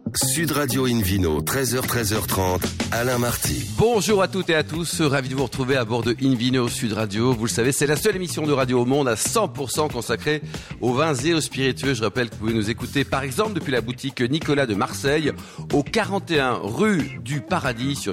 Sud Radio Invino, 13h-13h30, Alain Marty. Bonjour à toutes et à tous, ravi de vous retrouver à bord de Invino Sud Radio. Vous le savez, c'est la seule émission de radio au monde à 100% consacrée aux vins et aux spiritueux. Je rappelle que vous pouvez nous écouter par exemple depuis la boutique Nicolas de Marseille, au 41 rue du Paradis sur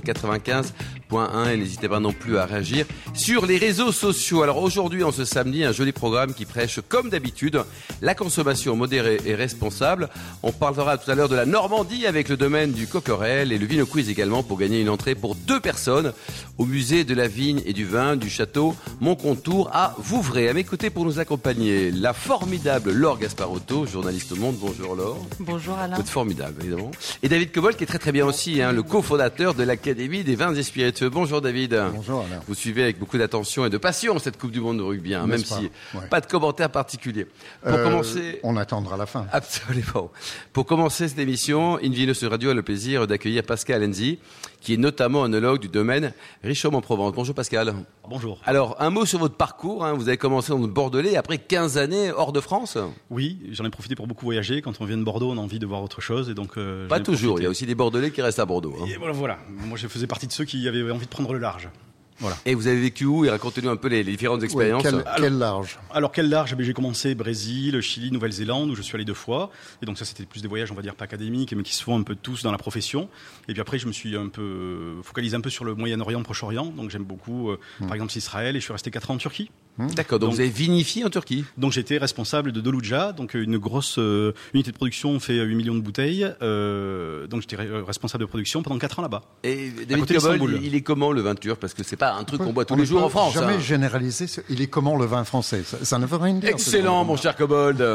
95.1. Et n'hésitez pas non plus à réagir sur les réseaux sociaux. Alors aujourd'hui, en ce samedi, un joli programme qui prêche comme d'habitude la consommation modérée et responsable. On parlera tout à l'heure de la Normandie avec le domaine du Coquerel et le Vino Quiz également pour gagner une entrée pour 2 personnes au musée de la vigne et du vin du château Montcontour à Vouvray. À mes côtés pour nous accompagner, la formidable Laure Gasparotto, journaliste au Monde. Bonjour Laure. Bonjour Alain. Vous êtes formidable évidemment. Et David Cobol qui est très très bien aussi, le cofondateur de l'Académie des vins et spiritueux. Bonjour David. Bonjour Alain. Vous suivez avec beaucoup d'attention et de passion cette Coupe du Monde de rugby, même si pas de commentaires particuliers. Pour commencer, on attendra la fin. Absolument. Pour commencer cette émission, Invino Sud Radio a le plaisir d'accueillir Pascal Enzi, qui est notamment œnologue du domaine Richomme en Provence. Bonjour Pascal. Bonjour. Alors, un mot sur votre parcours. Vous avez commencé dans le Bordelais après 15 années hors de France. Oui, j'en ai profité pour beaucoup voyager. Quand on vient de Bordeaux, on a envie de voir autre chose. Et donc, pas toujours, il y a aussi des Bordelais qui restent à Bordeaux. Et voilà. Moi, je faisais partie de ceux qui avaient envie de prendre le large. Voilà. Et vous avez vécu où? Et racontez-nous un peu les différentes expériences. Quel large? Alors, quel large? J'ai commencé Brésil, Chili, Nouvelle-Zélande, où je suis allé 2 fois. Et donc ça, c'était plus des voyages, on va dire, pas académiques, mais qui se font un peu tous dans la profession. Et puis après, je me suis un peu focalisé un peu sur le Moyen-Orient, Proche-Orient. Donc j'aime beaucoup, par exemple, Israël. Et je suis resté 4 ans en Turquie. D'accord, donc vous avez vinifié en Turquie. Donc j'étais responsable de Doluja, donc une grosse unité de production, on fait 8 millions de bouteilles. Donc j'étais responsable de production pendant 4 ans là-bas. Et David Cobol, il est comment le vin turc? Parce que c'est pas un truc qu'on boit tous les jours en France. Jamais généraliser. Il est comment le vin français? Ça ne veut rien dire. Excellent, mon cher Cobold.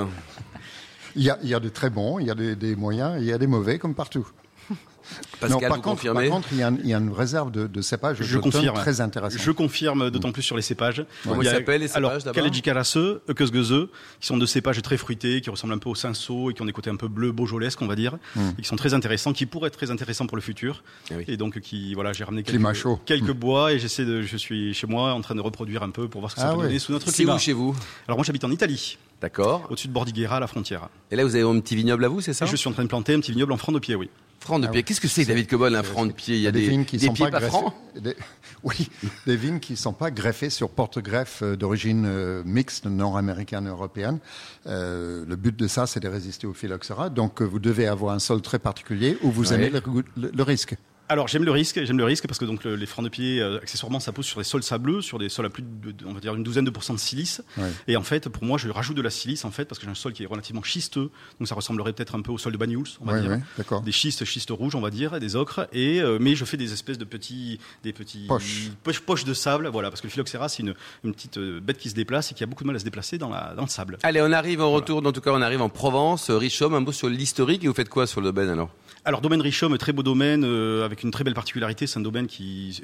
Il y a de très bons, il y a des moyens, il y a des mauvais comme partout. Pascal, par contre, il y a une réserve de cépages très intéressante. Je confirme, d'autant plus sur les cépages. Comment ils s'appellent les cépages d'abord? Kalejikarasse, Eukesgeze, qui sont 2 cépages très fruités, qui ressemblent un peu au cinsault et qui ont des côtés un peu bleu beaujolesques, on va dire, et qui sont très intéressants, qui pourraient être très intéressants pour le futur. Et donc, j'ai ramené quelques bois et je suis chez moi en train de reproduire un peu pour voir ce que ça peut donner sous notre climat. C'est où chez vous? Alors moi, j'habite en Italie. D'accord. Au-dessus de Bordighera, à la frontière. Et là, vous avez un petit vignoble à vous, c'est ça? Et je suis en train de planter un petit vignoble en franc de pied, oui. Franc de pied. Qu'est-ce que c'est, David Cobol, un franc de pied? Il y a des vignes qui sont pas francs. Oui, des vignes qui ne sont pas greffées sur porte-greffe d'origine mixte, nord-américaine et européenne. Le but de ça, c'est de résister au phylloxéra. Donc, vous devez avoir un sol très particulier où vous aimez le risque. Alors j'aime le risque parce que donc les francs de pied accessoirement ça pousse sur des sols sableux, sur des sols à plus de on va dire une douzaine de % de silice. Et en fait pour moi je rajoute de la silice en fait parce que j'ai un sol qui est relativement schisteux, donc ça ressemblerait peut-être un peu au sol de Banyuls, on va dire. Des schistes rouges on va dire, des ocres et mais je fais des espèces de petits poches de sable, voilà, parce que le phylloxéra c'est une petite bête qui se déplace et qui a beaucoup de mal à se déplacer dans le sable. Allez, on arrive en retour, en tout cas on arrive en Provence, Richomme, un mot sur l'historique et vous faites quoi sur le domaine alors? Alors domaine Richomme, très beau domaine avec une très belle particularité, c'est un domaine qui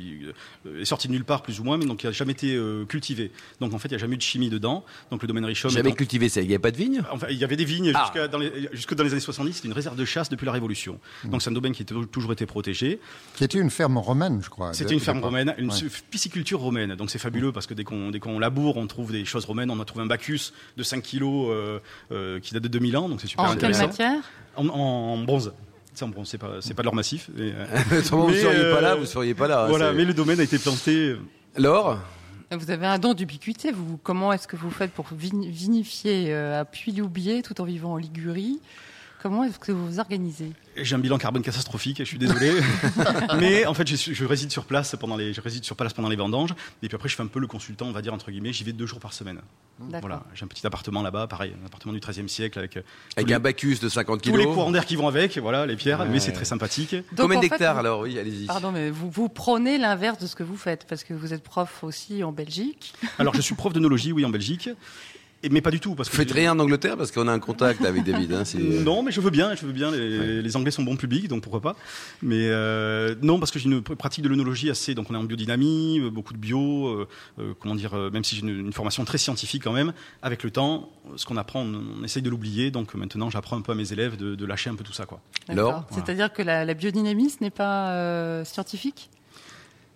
est sorti de nulle part plus ou moins, mais donc qui n'a jamais été cultivé. Donc en fait, il n'y a jamais eu de chimie dedans. Donc le domaine Richomme jamais cultivé, il n'y avait pas de vignes? Enfin, il y avait des vignes jusque dans les années 70. C'était une réserve de chasse depuis la Révolution. Donc c'est un domaine qui a toujours été protégé. Qui était une ferme romaine, je crois. C'était une ferme romaine, une pisciculture romaine. Donc c'est fabuleux parce que dès qu'on laboure, on trouve des choses romaines. On a trouvé un Bacchus de 5 kilos qui date de 2000 ans. Donc c'est super intéressant. En quelle matière? En bronze. C'est pas de l'or massif. Vous seriez pas là. Voilà, mais le domaine a été planté. Laure? Vous avez un don d'ubiquité. Comment est-ce que vous faites pour vinifier à Puy-Loubier tout en vivant en Ligurie? Comment est-ce que vous vous organisez? J'ai un bilan carbone catastrophique, je suis désolé. Mais en fait, je réside sur place pendant les vendanges. Et puis après, je fais un peu le consultant, on va dire, entre guillemets. J'y vais 2 jours par semaine. Voilà, j'ai un petit appartement là-bas, pareil, un appartement du XIIIe siècle avec un Bacchus de 50 kilos. Tous les courants d'air qui vont avec, voilà, les pierres, mais c'est très sympathique. Donc, combien d'hectares alors? Oui, allez-y. Pardon, mais vous prenez l'inverse de ce que vous faites, parce que vous êtes prof aussi en Belgique. Alors, je suis prof d'œnologie, oui, en Belgique. Mais pas du tout. Parce que vous faites rien en Angleterre parce qu'on a un contact avec David. Non, mais je veux bien. Les Anglais sont bon public, donc pourquoi pas. Mais non, parce que j'ai une pratique de l'œnologie assez. Donc on est en biodynamie, beaucoup de bio. Même si j'ai une formation très scientifique quand même. Avec le temps, ce qu'on apprend, on essaye de l'oublier. Donc maintenant, j'apprends un peu à mes élèves de lâcher un peu tout ça, quoi. D'accord. C'est-à-dire que la biodynamie, ce n'est pas scientifique?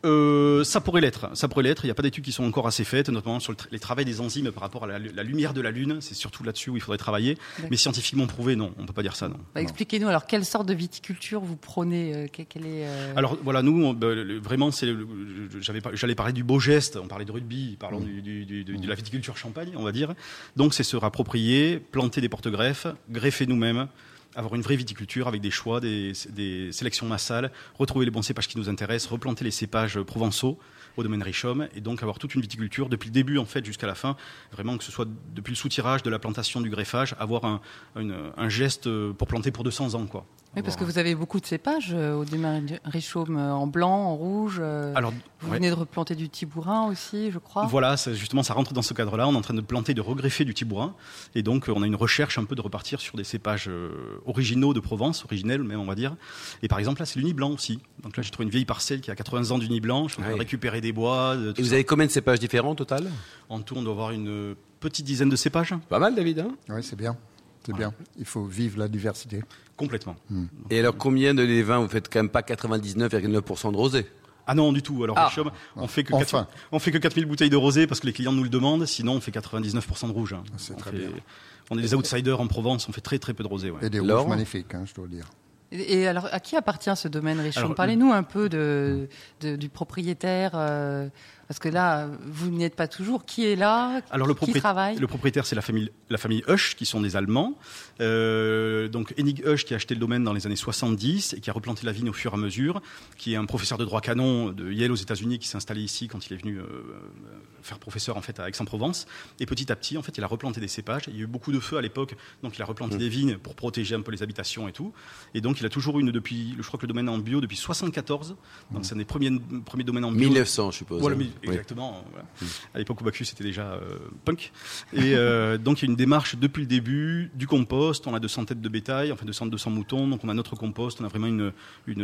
Ça pourrait l'être. Il n'y a pas d'études qui sont encore assez faites, notamment sur les travails des enzymes par rapport à la lumière de la Lune. C'est surtout là-dessus où il faudrait travailler. D'accord. Mais scientifiquement prouvé, non. On ne peut pas dire ça, non. Expliquez-nous alors quelle sorte de viticulture vous prenez Alors voilà, nous, vraiment, j'allais parler du beau geste. On parlait de rugby, parlons de la viticulture champagne, on va dire. Donc c'est se rapproprier, planter des porte-greffes, greffer nous-mêmes, avoir une vraie viticulture avec des choix, des sélections massales, retrouver les bons cépages qui nous intéressent, replanter les cépages provençaux au domaine Richomme, et donc avoir toute une viticulture depuis le début en fait jusqu'à la fin, vraiment que ce soit depuis le soutirage, de la plantation, du greffage, avoir un geste pour planter pour 200 ans, quoi. Oui, parce que vous avez beaucoup de cépages au domaine Richomme, en blanc, en rouge. Alors, vous venez de replanter du Tibourin aussi, je crois. Voilà, justement, ça rentre dans ce cadre-là. On est en train de planter, de regreffer du Tibourin, et donc on a une recherche un peu de repartir sur des cépages originaux de Provence, originels même, on va dire. Et par exemple, là, c'est l'Uni blanc aussi. Donc là, j'ai trouvé une vieille parcelle qui a 80 ans d'Uni blanc. Je suis en train de récupérer des bois. Et vous avez combien de cépages différents au total ? En tout, on doit avoir une petite dizaine de cépages. Pas mal, David, hein ? Oui, c'est bien. C'est bien. Il faut vivre la diversité. Complètement. Et alors, combien de les vins ? Vous faites quand même pas 99,9% de rosé ? Ah non, du tout. Alors, Richomme, on fait que 4000 bouteilles de rosé parce que les clients nous le demandent. Sinon, on fait 99% de rouge. C'est très bien. On est des outsiders en Provence. On fait très, très peu de rosé. Ouais. Et des rouges magnifiques, je dois dire. Et alors, à qui appartient ce domaine Richomme ? Parlez-nous un peu du propriétaire, parce que là, vous n'y êtes pas toujours. Qui est là ? Qui travaille ? Le propriétaire, c'est la famille Husch, qui sont des Allemands. Donc, Hennig Husch, qui a acheté le domaine dans les années 70 et qui a replanté la vigne au fur et à mesure, qui est un professeur de droit canon de Yale aux États-Unis, qui s'est installé ici quand il est venu faire professeur en fait à Aix-en-Provence. Et petit à petit, en fait, il a replanté des cépages. Il y a eu beaucoup de feux à l'époque, donc il a replanté des vignes pour protéger un peu les habitations et tout. Et donc, il a toujours eu je crois que le domaine est en bio depuis 74. Donc, c'est un des premiers domaines en bio. 1900, je suppose. Voilà, exactement. Voilà. À l'époque où Bacchus était déjà punk. Et donc, il y a une démarche depuis le début du compost. On a 200 têtes de bétail, enfin 200 moutons. Donc, on a notre compost. On a vraiment une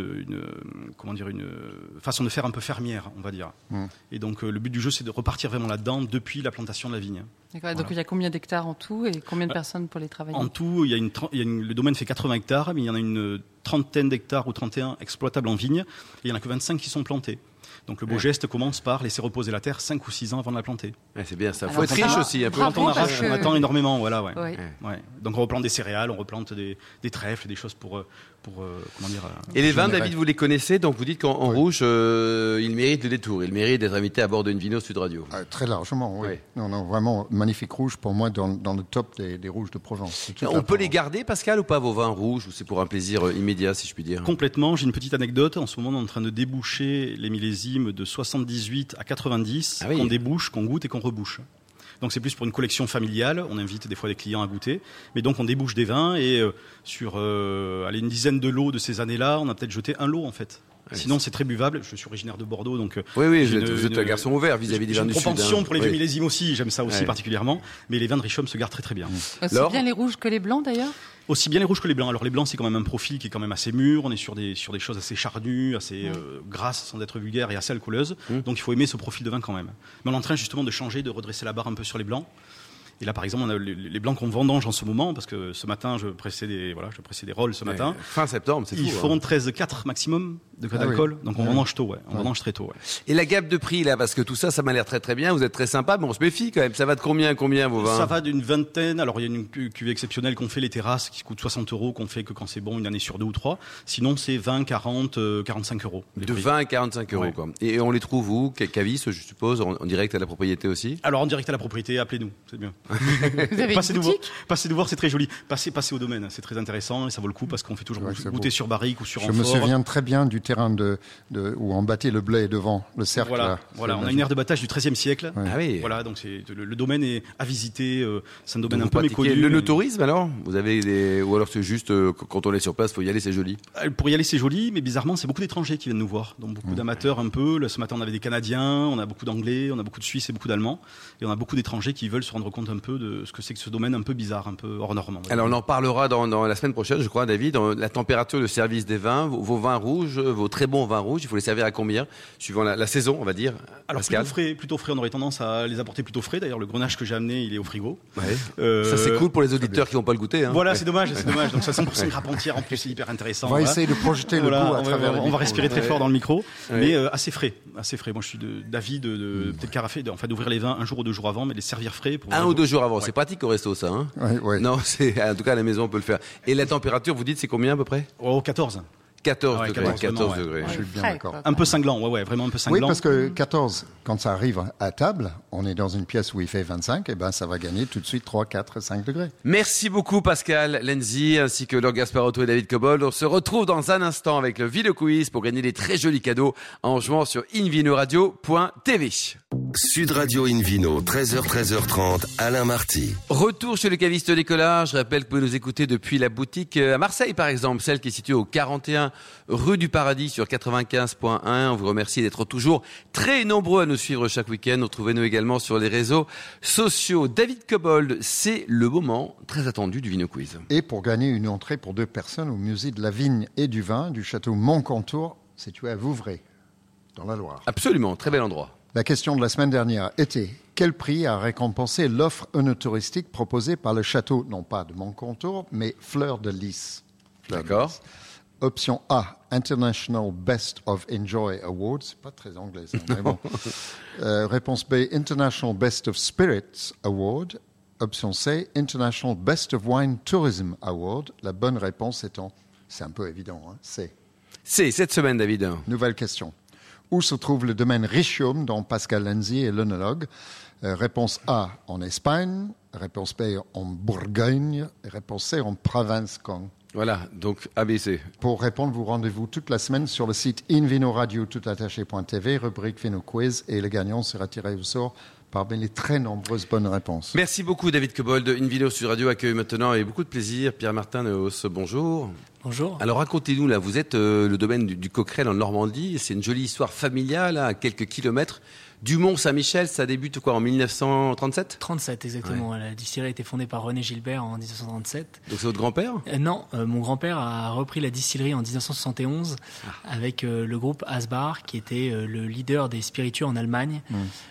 façon de faire un peu fermière, on va dire. Et donc, le but du jeu, c'est de repartir vraiment là-dedans depuis la plantation de la vigne. D'accord. Voilà. Donc, il y a combien d'hectares en tout et combien de personnes pour les travailler ? En tout, le domaine fait 80 hectares, mais il y en a une trentaine d'hectares ou 31 exploitables en vigne. Et il n'y en a que 25 qui sont plantés. Donc le beau geste commence par laisser reposer la terre 5 ou 6 ans avant de la planter. C'est bien ça. Il faut être riche aussi. Quand on arrache, on attend énormément. Voilà, ouais. Donc on replante des céréales, on replante des trèfles, des choses pour comment dire. Et les vins, David, vous les connaissez, donc vous dites qu'en rouge, ils méritent le détour, ils méritent d'être invités à bord de Invino Sud Radio. Très largement, oui. Non, vraiment magnifique rouge pour moi dans le top des rouges de Provence. On peut les garder, Pascal, ou pas, vos vins rouges, ou c'est pour un plaisir immédiat, si je puis dire ? Complètement. J'ai une petite anecdote. En ce moment, on est en train de déboucher les millésimes de 78 à 90 qu'on débouche, qu'on goûte et qu'on rebouche. Donc c'est plus pour une collection familiale. On invite des fois des clients à goûter. Mais donc on débouche des vins et sur une dizaine de lots de ces années-là, on a peut-être jeté un lot en fait. Sinon, c'est très buvable. Je suis originaire de Bordeaux, donc vous êtes un garçon ouvert vis-à-vis des vins du Sud. J'ai une propension pour les vieux millésimes aussi. J'aime ça aussi particulièrement. Mais les vins de Richomme se gardent très très bien. Aussi bien les rouges que les blancs d'ailleurs. Aussi bien les rouges que les blancs. Alors les blancs, c'est quand même un profil qui est quand même assez mûr. On est sur des choses assez charnues, assez grasses sans être vulgaires et assez alcooleuses. Donc il faut aimer ce profil de vin quand même. Mais on est en train justement de changer, de redresser la barre un peu sur les blancs. Et là, par exemple, on a les blancs qu'on vendange en ce moment, parce que ce matin, je pressais des rolls ce matin. Fin septembre, c'est tout. Ils font 13,4 maximum de degrés d'alcool. Donc on vendange tôt, on vendange très tôt. Et la gamme de prix, là, parce que tout ça, ça m'a l'air très très bien. Vous êtes très sympa, mais on se méfie quand même. Ça va de combien vos vins ? Ça va d'une vingtaine. Alors il y a une cuvée exceptionnelle qu'on fait les terrasses, qui coûte 60 €, qu'on fait que quand c'est bon, une année sur 2 ou 3. Sinon, c'est 20, 40, 45 €. De 20 à 45 €, quoi. Et on les trouve où ? Cavis, je suppose, en direct à la propriété aussi ? Alors en direct à la propriété, appelez-nous, c'est bien. Passez nous voir, c'est très joli. Passez au domaine, c'est très intéressant et ça vaut le coup parce qu'on fait toujours goûter sur barrique ou sur amphore. Je me souviens très bien du terrain où on battait le blé devant le cercle. Voilà, on a une aire de battage du XIIIe siècle. Ah oui. Voilà, donc le domaine est à visiter. C'est un domaine un peu méconnu. Le no-tourisme alors ? Vous avez ou alors c'est juste quand on est sur place, faut y aller, c'est joli. Pour y aller, c'est joli, mais bizarrement, c'est beaucoup d'étrangers qui viennent nous voir. Donc beaucoup d'amateurs un peu. Là, ce matin, on avait des Canadiens, on a beaucoup d'Anglais, on a beaucoup de Suisses et beaucoup d'Allemands, et on a beaucoup d'étrangers qui veulent se rendre compte un peu de ce que c'est que ce domaine un peu bizarre, un peu hors norme. Alors on en parlera dans la semaine prochaine, je crois, David, dans la température de service des vins, vos vins rouges, vos très bons vins rouges, il faut les servir à combien, suivant la saison, on va dire. Alors Pascal. plutôt frais, on aurait tendance à les apporter plutôt frais. D'ailleurs, le Grenache que j'ai amené, il est au frigo. Ouais. Ça c'est cool pour les auditeurs qui n'ont pas le goûté. Hein. Voilà, c'est dommage. Donc ça 100% grappe entière, en plus c'est hyper intéressant. On va essayer de projeter le goût à travers les on va respirer très fort dans le micro, Ouais. mais assez frais. Moi je suis d'avis de peut-être carafé, d'ouvrir les vins un jour ou 2 jours avant, mais de les servir frais. Pour 1 ou 2 jours avant, c'est pratique au resto ça. Hein. Ouais. Non, en tout cas à la maison on peut le faire. Et la température, vous dites c'est combien à peu près? 14. 14 Ouais, degrés. 14 degrés. Je suis bien d'accord. Un peu cinglant, vraiment un peu Oui, cinglant. parce que 14, quand ça arrive à table, on est dans une pièce où il fait 25, et ben ça va gagner tout de suite 3, 4, 5 degrés. Merci beaucoup Pascal Lenzi ainsi que Laure Gasparotto et David Cobold. On se retrouve dans un instant avec le Vino Quiz pour gagner des très jolis cadeaux en jouant sur invinoradio.tv. Sud Radio Invino, 13h30, Alain Marty. Retour chez le caviste Nicolas. Je rappelle que vous pouvez nous écouter depuis la boutique à Marseille par exemple, celle qui est située au 41 rue du Paradis sur 95.1. On vous remercie d'être toujours très nombreux à nous suivre chaque week-end. Retrouvez-nous également sur les réseaux sociaux. David Cobold, c'est le moment très attendu du Vino Quiz. Et pour gagner une entrée pour 2 personnes au musée de la vigne et du vin du château Montcontour, situé à Vouvray, dans la Loire. Absolument, très bel endroit. La question de la semaine dernière était: quel prix a récompensé l'offre œnotouristique proposée par le château, non pas de Montcontour, mais Fleur de Lys? D'accord. Option A, International Best of Enjoy Award. C'est pas très anglais, ça, mais bon. Réponse B, International Best of Spirits Award. Option C, International Best of Wine Tourism Award. La bonne réponse étant, c'est un peu évident, hein, C. C'est cette semaine, David. Nouvelle question. Où se trouve le domaine Richium dont Pascal Lenzi est l'œnologue? Réponse A, en Espagne. Réponse B, en Bourgogne. Réponse C, en Province-Con. Voilà, donc ABC. Pour répondre, vous rendez-vous toute la semaine sur le site invinoradio.tv, rubrique Vino Quiz, et le gagnant sera tiré au sort parmi les très nombreuses bonnes réponses. Merci beaucoup David Cobold. Invino Sud Radio accueille maintenant avec beaucoup de plaisir Pierre-Martin Neos. Bonjour. Bonjour. Alors racontez-nous, là, vous êtes le domaine du Coquerel en Normandie. C'est une jolie histoire familiale, à quelques kilomètres du Mont Saint-Michel. Ça débute quoi, en 1937 37 exactement. Ouais. La distillerie a été fondée par René Gilbert en 1937. Donc c'est votre grand-père Non, mon grand-père a repris la distillerie en 1971 avec le groupe Asbar, qui était le leader des spiritueux en Allemagne,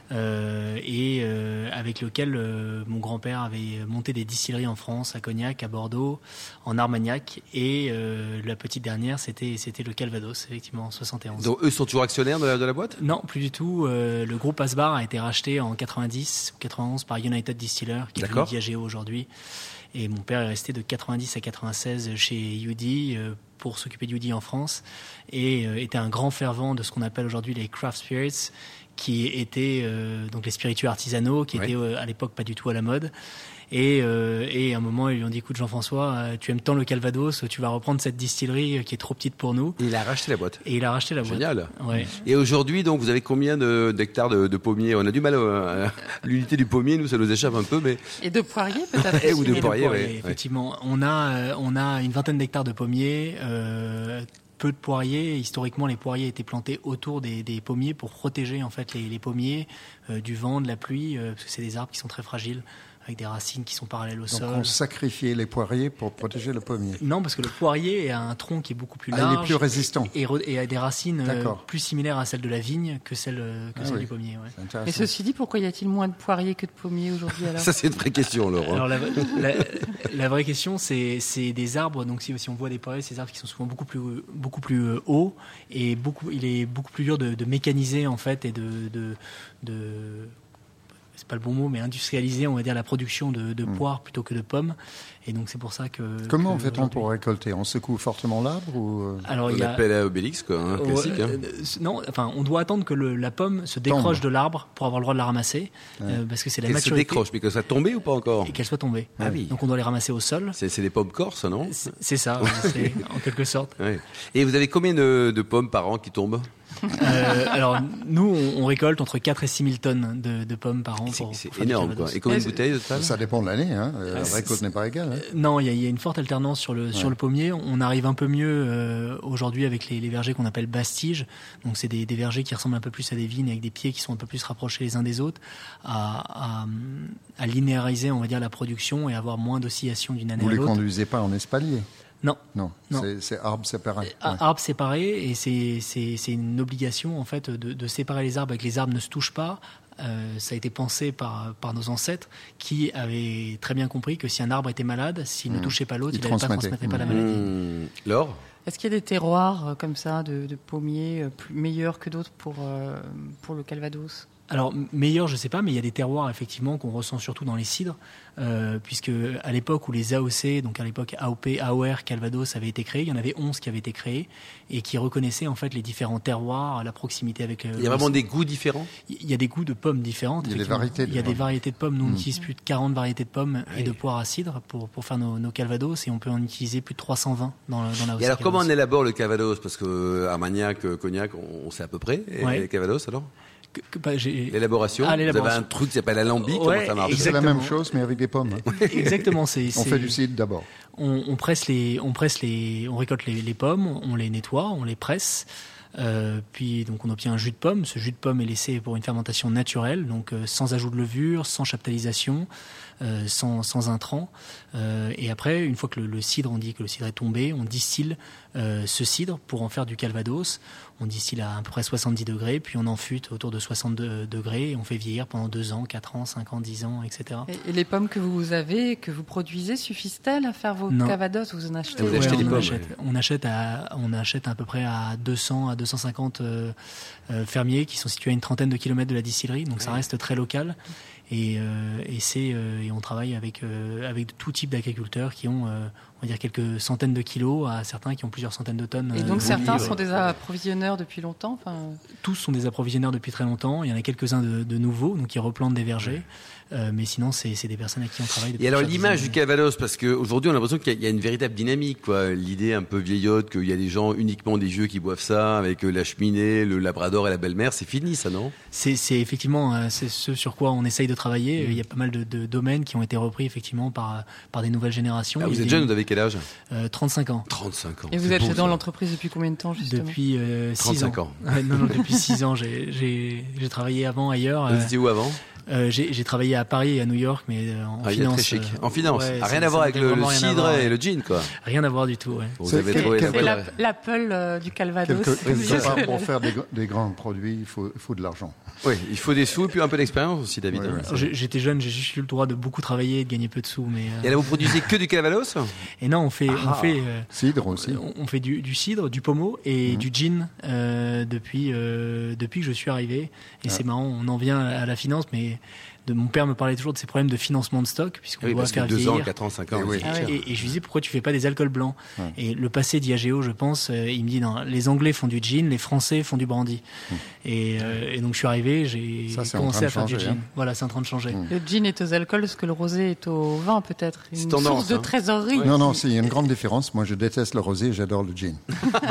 et avec lequel mon grand-père avait monté des distilleries en France, à Cognac, à Bordeaux, en Armagnac, et la petite dernière, c'était le Calvados, effectivement, en 71. Donc eux sont toujours actionnaires de la boîte? Non, plus du tout. Le groupe Asbar a été racheté en 90 ou 91 par United Distiller, qui est devenu Diageo aujourd'hui. Et mon père est resté de 90 à 96 chez UD pour s'occuper de UD en France, et était un grand fervent de ce qu'on appelle aujourd'hui les craft spirits, qui étaient donc les spiritueux artisanaux, qui étaient à l'époque pas du tout à la mode. Et à un moment, ils lui ont dit: écoute Jean-François, tu aimes tant le Calvados, tu vas reprendre cette distillerie qui est trop petite pour nous. Et il a racheté la boîte. Et il a racheté la boîte. Génial. Ouais. Et aujourd'hui, donc, vous avez combien d'hectares de pommiers? On a du mal à l'unité du pommier, nous, ça nous échappe un peu, mais... Et de poiriers, peut-être? Ou de poiriers, oui. Effectivement. On a une vingtaine d'hectares de pommiers, peu de poiriers. Historiquement, les poiriers étaient plantés autour des pommiers pour protéger en fait les pommiers du vent, de la pluie, parce que c'est des arbres qui sont très fragiles, avec des racines qui sont parallèles au sol. Donc on sacrifiait les poiriers pour protéger le pommier? Non, parce que le poirier a un tronc qui est beaucoup plus large. Il est plus résistant. Et a des racines plus similaires à celles de la vigne que celles du pommier. Ouais. Mais ceci dit, pourquoi y a-t-il moins de poiriers que de pommiers aujourd'hui alors? Ça, c'est une vraie question, Laurent. Alors la vraie question, c'est des arbres. Donc si on voit des poiriers, c'est des arbres qui sont souvent beaucoup plus hauts, et il est beaucoup plus dur de mécaniser en fait, et de c'est pas le bon mot, mais industrialiser, on va dire, la production de poires plutôt que de pommes. Et donc c'est pour ça que... Comment fait-on pour récolter? On secoue fortement l'arbre ou... Alors, on l'appelle à Obélix, quoi, hein, classique. Non, enfin, on doit attendre que la pomme se décroche de l'arbre pour avoir le droit de la ramasser, parce que c'est la maturité. Qu'elle se décroche, mais que ça tombée ou pas encore? Et qu'elle soit tombée. Ah oui. Donc on doit les ramasser au sol. C'est des pommes corses, non? C'est ça, en quelque sorte. Ouais. Et vous avez combien de pommes par an qui tombent? Alors, nous, on récolte entre 4 et 6 000 tonnes de pommes par an. C'est énorme, quoi. Et combien de bouteilles de total ? Ça dépend de l'année, hein. La récolte n'est pas égale. Hein. Non, il y a une forte alternance sur le pommier. On arrive un peu mieux aujourd'hui avec les vergers qu'on appelle bastiges. Donc, c'est des vergers qui ressemblent un peu plus à des vignes avec des pieds qui sont un peu plus rapprochés les uns des autres, à linéariser, on va dire, la production et avoir moins d'oscillations d'une année à l'autre. Vous les conduisez pas en espalier ? Non. C'est arbres séparés. Arbres séparés, et c'est une obligation en fait de séparer les arbres et que les arbres ne se touchent pas. Ça a été pensé par nos ancêtres qui avaient très bien compris que si un arbre était malade, s'il ne touchait pas l'autre, il ne transmettait pas la maladie. Laure ? Est-ce qu'il y a des terroirs comme ça de pommiers meilleurs que d'autres pour le Calvados ? Alors, meilleur, je ne sais pas, mais il y a des terroirs, effectivement, qu'on ressent surtout dans les cidres, puisque à l'époque où les AOC, donc à l'époque AOP, AOR, Calvados avaient été créés, il y en avait 11 qui avaient été créés, et qui reconnaissaient, en fait, les différents terroirs, la proximité avec... il y a vraiment des goûts différents ? Il y a des goûts de pommes différentes. Il y a des variétés. Il y a des variétés de pommes. Nous, on utilise plus de 40 variétés de pommes et de poires à cidre pour faire nos Calvados, et on peut en utiliser plus de 320 dans la AOC. Et alors, comment on élabore le Calvados ? Parce que Armagnac, Cognac, on sait à peu près. Et les Calvados, alors ? L'élaboration. Vous avez un truc qui s'appelle alambic, comment ça marche ? C'est la même chose, mais avec des pommes. Exactement. On fait du cidre d'abord. On récolte les pommes, on les nettoie, on les presse. Puis donc on obtient un jus de pomme. Ce jus de pomme est laissé pour une fermentation naturelle, donc sans ajout de levure, sans chaptalisation, sans intrants. Et après, une fois que le cidre, on dit que le cidre est tombé, on distille ce cidre pour en faire du Calvados. On distille à peu près 70 degrés, puis on en fûte autour de 62 degrés et on fait vieillir pendant 2 ans, 4 ans, 5 ans, 10 ans, etc. Et les pommes que vous avez, que vous produisez, suffisent-elles à faire vos Calvados ? Vous en achetez ? Vous achetez des pommes. On achète à peu près à 200 à 250 fermiers qui sont situés à une trentaine de kilomètres de la distillerie, donc ça reste très local. Et on travaille avec tout type d'agriculteurs qui ont, on va dire, quelques centaines de kilos, à certains qui ont plusieurs centaines de tonnes. Et donc certains sont des approvisionneurs depuis longtemps ? Tous sont des approvisionneurs depuis très longtemps. Il y en a quelques-uns de nouveaux, donc qui replantent des vergers. Mais sinon, c'est des personnes avec qui on travaille depuis. Et alors l'image du Calvados, parce qu'aujourd'hui on a l'impression qu'il y a une véritable dynamique, quoi. L'idée un peu vieillotte qu'il y a des gens, uniquement des vieux qui boivent ça, avec la cheminée, le labrador et la belle-mère, c'est fini ça, non ? C'est effectivement c'est ce sur quoi on essaye de travailler. Il y a pas mal de domaines qui ont été repris effectivement par des nouvelles générations. Vous êtes jeune, vous avez quel âge ? 35 ans. 35 ans. Et vous êtes dans l'entreprise depuis combien de temps justement ? Depuis 6 ans. 35 ans. Non, depuis 6 ans. J'ai travaillé avant ailleurs. Vous étiez où avant ? J'ai travaillé à Paris et à New York, mais en finance. Très chic. En finance. Rien à voir avec le cidre et le gin, quoi. Rien à voir du tout, ouais. Vous avez trouvé l'Apple du Calvados. Pour faire des grands produits, il faut de l'argent. Oui, il faut des sous et puis un peu d'expérience aussi, David. J'étais jeune, j'ai juste eu le droit de beaucoup travailler et de gagner peu de sous, mais. Et là, vous produisez que du Calvados ? Et non, on fait cidre aussi. On fait du cidre, du pommeau et du gin depuis que je suis arrivé. Et c'est marrant, on en vient à la finance, mais mon père me parlait toujours de ses problèmes de financement de stock, puisqu'on doit faire vieillir. 2 ans, 4 ans, 5 ans. Et je lui disais, pourquoi tu fais pas des alcools blancs ? Et le passé d'IAGEO, je pense, il me dit, non, les Anglais font du gin, les Français font du brandy. Et donc je suis arrivé, j'ai commencé à faire du gin. Voilà, c'est en train de changer. Le gin est aux alcools, ce que le rosé est au vin, peut-être. Une tendance, source de trésorerie. Non, il y a une grande différence. Moi, je déteste le rosé, j'adore le gin.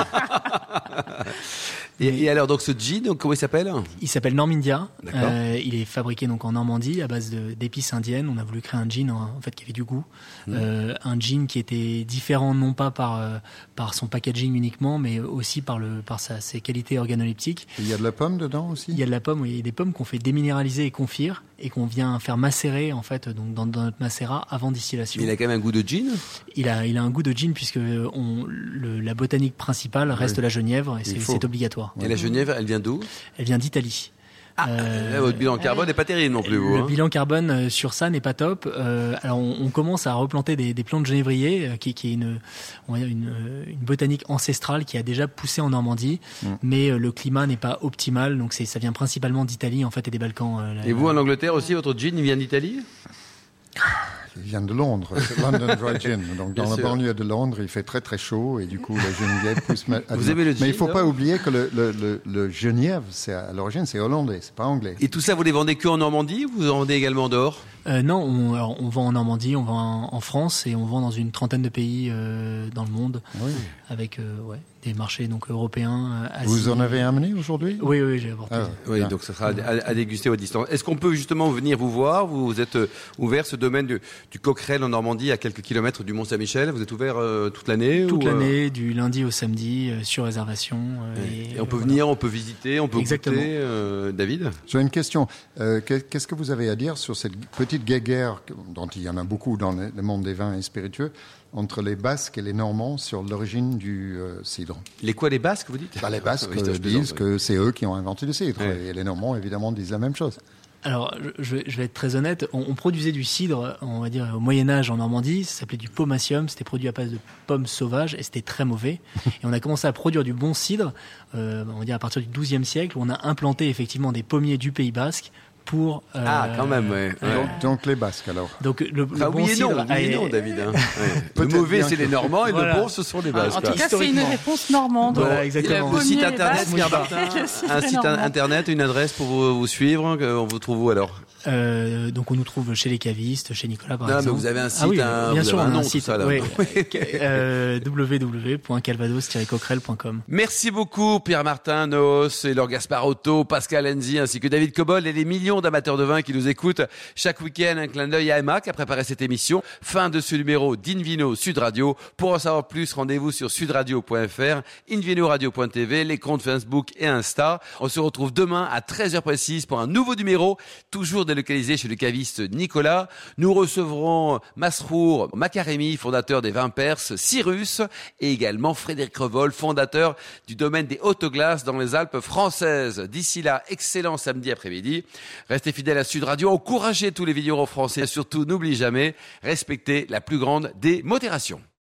Et alors, donc ce gin, comment il s'appelle ? Il s'appelle Normindia. Il est fabriqué donc en Normandie à base d'épices indiennes. On a voulu créer un gin en fait qui avait du goût, un gin qui était différent non pas par son packaging uniquement, mais aussi par ses qualités organoleptiques. Il y a de la pomme dedans aussi ? Il y a de la pomme, oui. Il y a des pommes qu'on fait déminéraliser et confire et qu'on vient faire macérer en fait donc dans notre macérat avant distillation. Il a quand même un goût de gin ? Il a un goût de gin puisque la botanique principale reste la genièvre et c'est obligatoire. Et la genièvre, elle vient d'où ? Elle vient d'Italie. Votre bilan carbone n'est pas terrible non plus. Le bilan carbone sur ça n'est pas top. Alors on commence à replanter des plants de genévrier, qui est une botanique ancestrale qui a déjà poussé en Normandie, mais le climat n'est pas optimal, donc ça vient principalement d'Italie en fait et des Balkans. Et vous en Angleterre aussi, votre gin il vient d'Italie ? Il vient de Londres, c'est London Dry Gin. Donc dans la banlieue de Londres, il fait très très chaud et du coup la Geneviève pousse. Vous aimez le gin ? Mais il ne faut pas oublier que le Genièvre, à l'origine, c'est hollandais, c'est pas anglais. Et tout ça, vous les vendez que en Normandie ou vous en vendez également dehors ? Non, on vend en Normandie, on vend en France et on vend dans une trentaine de pays dans le monde, avec des marchés donc européens, Asie. Vous en avez amené aujourd'hui ? Oui, j'ai apporté. Oui, donc ça sera à déguster à distance. Est-ce qu'on peut justement venir vous voir ? Vous êtes ouvert, ce domaine du Coquerel en Normandie, à quelques kilomètres du Mont-Saint-Michel. Vous êtes ouvert toute l'année ? Toute l'année, du lundi au samedi, sur réservation. Et on peut venir, on peut visiter, on peut goûter. David ? J'ai une question. Qu'est-ce que vous avez à dire sur cette petite guéguerre, dont il y en a beaucoup dans le monde des vins et spiritueux, entre les Basques et les Normands sur l'origine du cidre? Les Basques, vous dites ? Les Basques disent que c'est eux qui ont inventé le cidre. Et les Normands, évidemment, disent la même chose. Alors, je vais être très honnête. On produisait du cidre, on va dire, au Moyen-Âge en Normandie. Ça s'appelait du pomacium. C'était produit à base de pommes sauvages et c'était très mauvais. Et on a commencé à produire du bon cidre, on va dire, à partir du XIIe siècle, où on a implanté effectivement des pommiers du Pays Basque. Quand même, ouais. Donc les Basques, alors. Donc le bon oui et cidre. non, David. Hein. Le mauvais, c'est les Normands et le bon, ce sont les Basques. En tout cas, c'est une réponse normande. Voilà, exactement. Le site internet, Pierre Martin, un site internet, une adresse pour vous suivre. On vous trouve où alors ? Donc on nous trouve chez les cavistes, chez Nicolas par exemple. Mais vous avez un site, bien sûr, un nom, un site, tout ça, là. www.calvados-coquerel.com. Merci beaucoup Pierre Martin, Nos, Laure Gasparotto, Pascal Enzi ainsi que David Cobol et les millions d'amateurs de vin qui nous écoutent chaque week-end. Un clin d'œil à Emma qui a préparé cette émission. Fin de ce numéro d'Invino Sud Radio. Pour en savoir plus, rendez-vous sur sudradio.fr, invinoradio.tv, les comptes Facebook et Insta. On se retrouve demain à 13h précise pour un nouveau numéro, toujours délocalisé chez le caviste Nicolas. Nous recevrons Masrour Makaremi, fondateur des vins perses, Cyrus, et également Frédéric Revol, fondateur du domaine des Hautes-Glaces dans les Alpes françaises. D'ici là, excellent samedi après-midi. Restez fidèles à Sud Radio, encouragez tous les vignerons français. Surtout, n'oubliez jamais, respectez la plus grande des modérations.